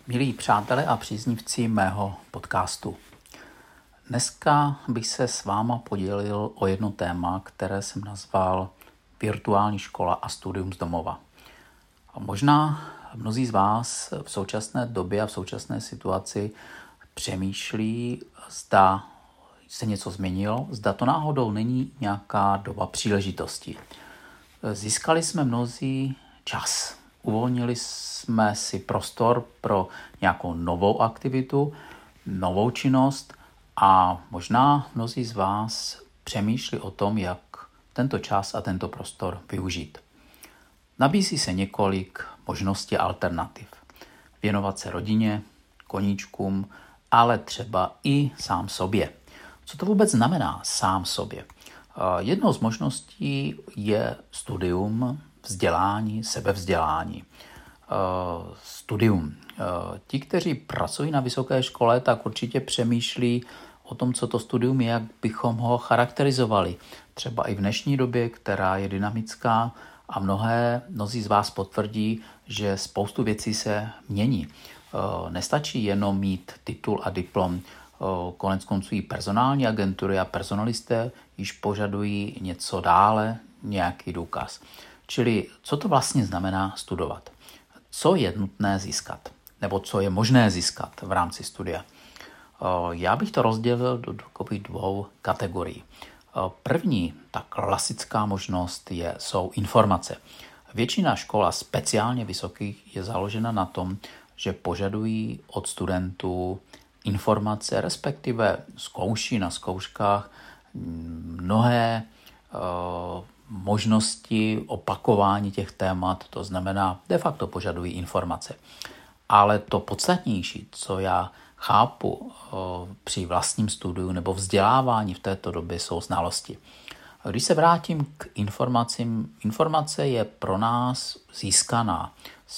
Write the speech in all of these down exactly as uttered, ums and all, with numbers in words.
Milí přátelé a příznivci mého podcastu. Dneska bych se s váma podělil o jedno téma, které jsem nazval virtuální škola a studium z domova. A možná mnozí z vás v současné době a v současné situaci přemýšlí, zda se něco změnilo, zda to náhodou není nějaká doba příležitosti. Získali jsme mnozí čas. Uvolnili jsme si prostor pro nějakou novou aktivitu, novou činnost a možná mnozí z vás přemýšlí o tom, jak tento čas a tento prostor využít. Nabízí se několik možností a alternativ. Věnovat se rodině, koníčkům, ale třeba i sám sobě. Co to vůbec znamená sám sobě? Jednou z možností je studium, vzdělání, sebevzdělání. Studium. Ti, kteří pracují na vysoké škole, tak určitě přemýšlí o tom, co to studium je, jak bychom ho charakterizovali. Třeba i v dnešní době, která je dynamická a mnohé, mnozí z vás potvrdí, že spoustu věcí se mění. Nestačí jenom mít titul a diplom. Konec konců i personální agentury a personalisté již požadují něco dále, nějaký důkaz. Čili co to vlastně znamená studovat? Co je nutné získat? Nebo co je možné získat v rámci studia? Já bych to rozdělil do takových dvou kategorií. První, ta klasická možnost, je, jsou informace. Většina škol, speciálně vysokých, je založena na tom, že požadují od studentů informace, respektive zkouší na zkouškách mnohé uh, možnosti opakování těch témat, to znamená, de facto požadují informace. Ale to podstatnější, co já chápu uh, při vlastním studiu nebo vzdělávání v této době, jsou znalosti. Když se vrátím k informacím, informace je pro nás získaná.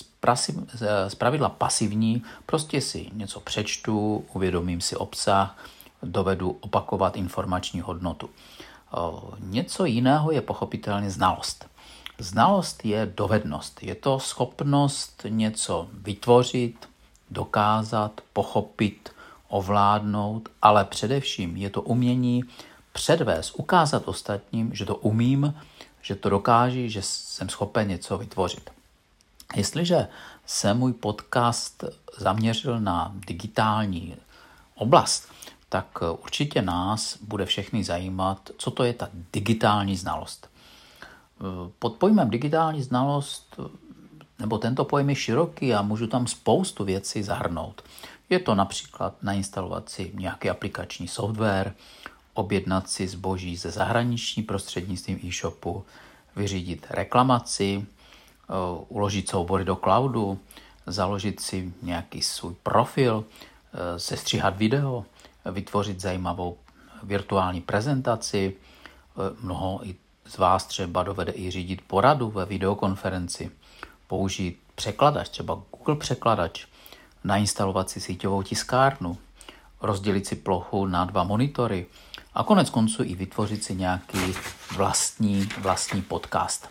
Z pravidla pasivní, prostě si něco přečtu, uvědomím si obsah, dovedu opakovat informační hodnotu. Něco jiného je pochopitelně znalost. Znalost je dovednost, je to schopnost něco vytvořit, dokázat, pochopit, ovládnout, ale především je to umění předvést, ukázat ostatním, že to umím, že to dokáží, že jsem schopen něco vytvořit. Jestliže se můj podcast zaměřil na digitální oblast, tak určitě nás bude všechny zajímat, co to je ta digitální znalost. Pod pojmem digitální znalost, nebo tento pojem je široký a můžu tam spoustu věcí zahrnout. Je to například nainstalovat si nějaký aplikační software, objednat si zboží ze zahraničí prostřednictvím e-shopu, vyřídit reklamaci, uložit soubory do cloudu, založit si nějaký svůj profil, sestříhat video, vytvořit zajímavou virtuální prezentaci. Mnoho z vás třeba dovede i řídit poradu ve videokonferenci, použít překladač, třeba Google překladač, nainstalovat si síťovou tiskárnu, rozdělit si plochu na dva monitory a konec konců i vytvořit si nějaký vlastní, vlastní podcast.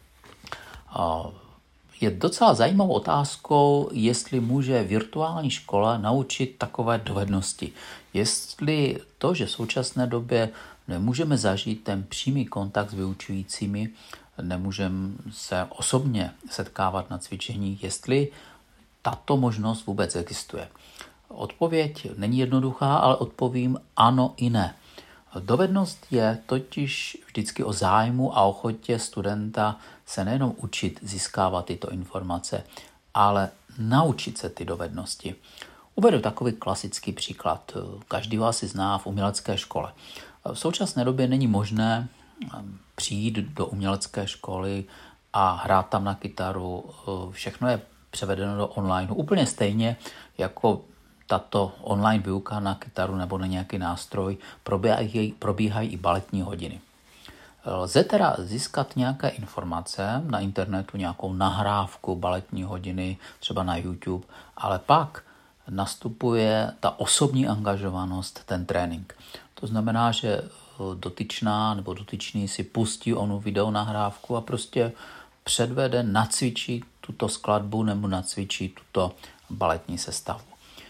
Je docela zajímavou otázkou, jestli může virtuální škola naučit takové dovednosti. Jestli to, že v současné době nemůžeme zažít ten přímý kontakt s vyučujícími, nemůžeme se osobně setkávat na cvičení, jestli tato možnost vůbec existuje. Odpověď není jednoduchá, ale odpovím ano i ne. Dovednost je totiž vždycky o zájmu a ochotě studenta se nejenom učit získávat tyto informace, ale naučit se ty dovednosti. Uvedu takový klasický příklad. Každý vás si zná v umělecké škole. V současné době není možné přijít do umělecké školy a hrát tam na kytaru. Všechno je převedeno do online. Úplně stejně jako tato online výuka na kytaru nebo na nějaký nástroj, probíhají, probíhají i baletní hodiny. Lze teda získat nějaké informace na internetu, nějakou nahrávku baletní hodiny, třeba na YouTube, ale pak nastupuje ta osobní angažovanost, ten trénink. To znamená, že dotyčná nebo dotyčný si pustí onu videonahrávku a prostě předvede, nacvičí tuto skladbu nebo nacvičí tuto baletní sestavu.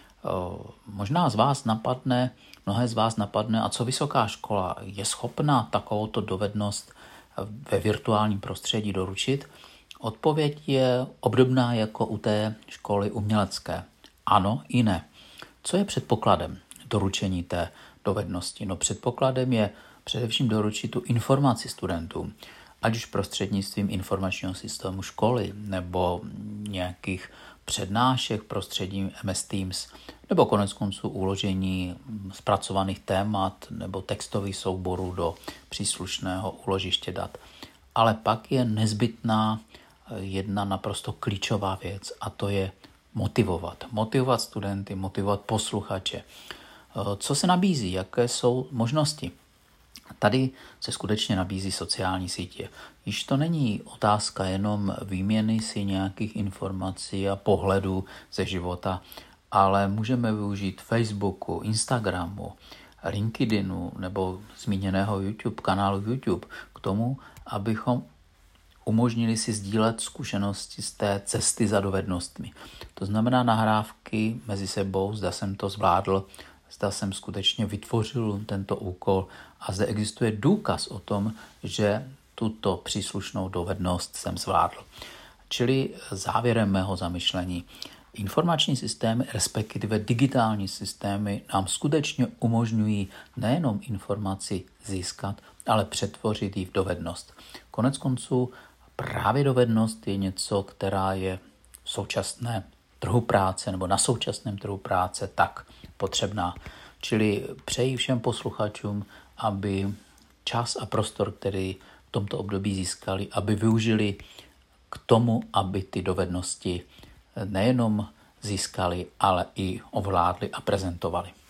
Možná z vás napadne, mnohé z vás napadne, a co vysoká škola je schopná takovouto dovednost ve virtuálním prostředí doručit? Odpověď je obdobná jako u té školy umělecké. Ano i ne. Co je předpokladem doručení té dovednosti? No předpokladem je především doručit tu informaci studentům, ať už prostřednictvím informačního systému školy nebo nějakých přednášek prostředím M S Teams, nebo konec konců uložení zpracovaných témat nebo textových souborů do příslušného úložiště dat. Ale pak je nezbytná jedna naprosto klíčová věc, a to je motivovat. Motivovat studenty, motivovat posluchače. Co se nabízí? Jaké jsou možnosti? Tady se skutečně nabízí sociální sítě. Již to není otázka jenom výměny si nějakých informací a pohledů ze života, ale můžeme využít Facebooku, Instagramu, LinkedInu nebo zmíněného YouTube, kanálu YouTube k tomu, abychom umožnili si sdílet zkušenosti z té cesty za dovednostmi. To znamená nahrávky mezi sebou, zda jsem to zvládl, zda jsem skutečně vytvořil tento úkol a zde existuje důkaz o tom, že tuto příslušnou dovednost jsem zvládl. Čili závěrem mého zamyšlení, informační systémy, respektive digitální systémy nám skutečně umožňují nejenom informaci získat, ale přetvořit ji v dovednost. Konec konců právě dovednost je něco, která je v současné trhu práce nebo na současném trhu práce tak potřebná. Čili přeji všem posluchačům, aby čas a prostor, který v tomto období získali, aby využili k tomu, aby ty dovednosti nejenom získali, ale i ovládli a prezentovali.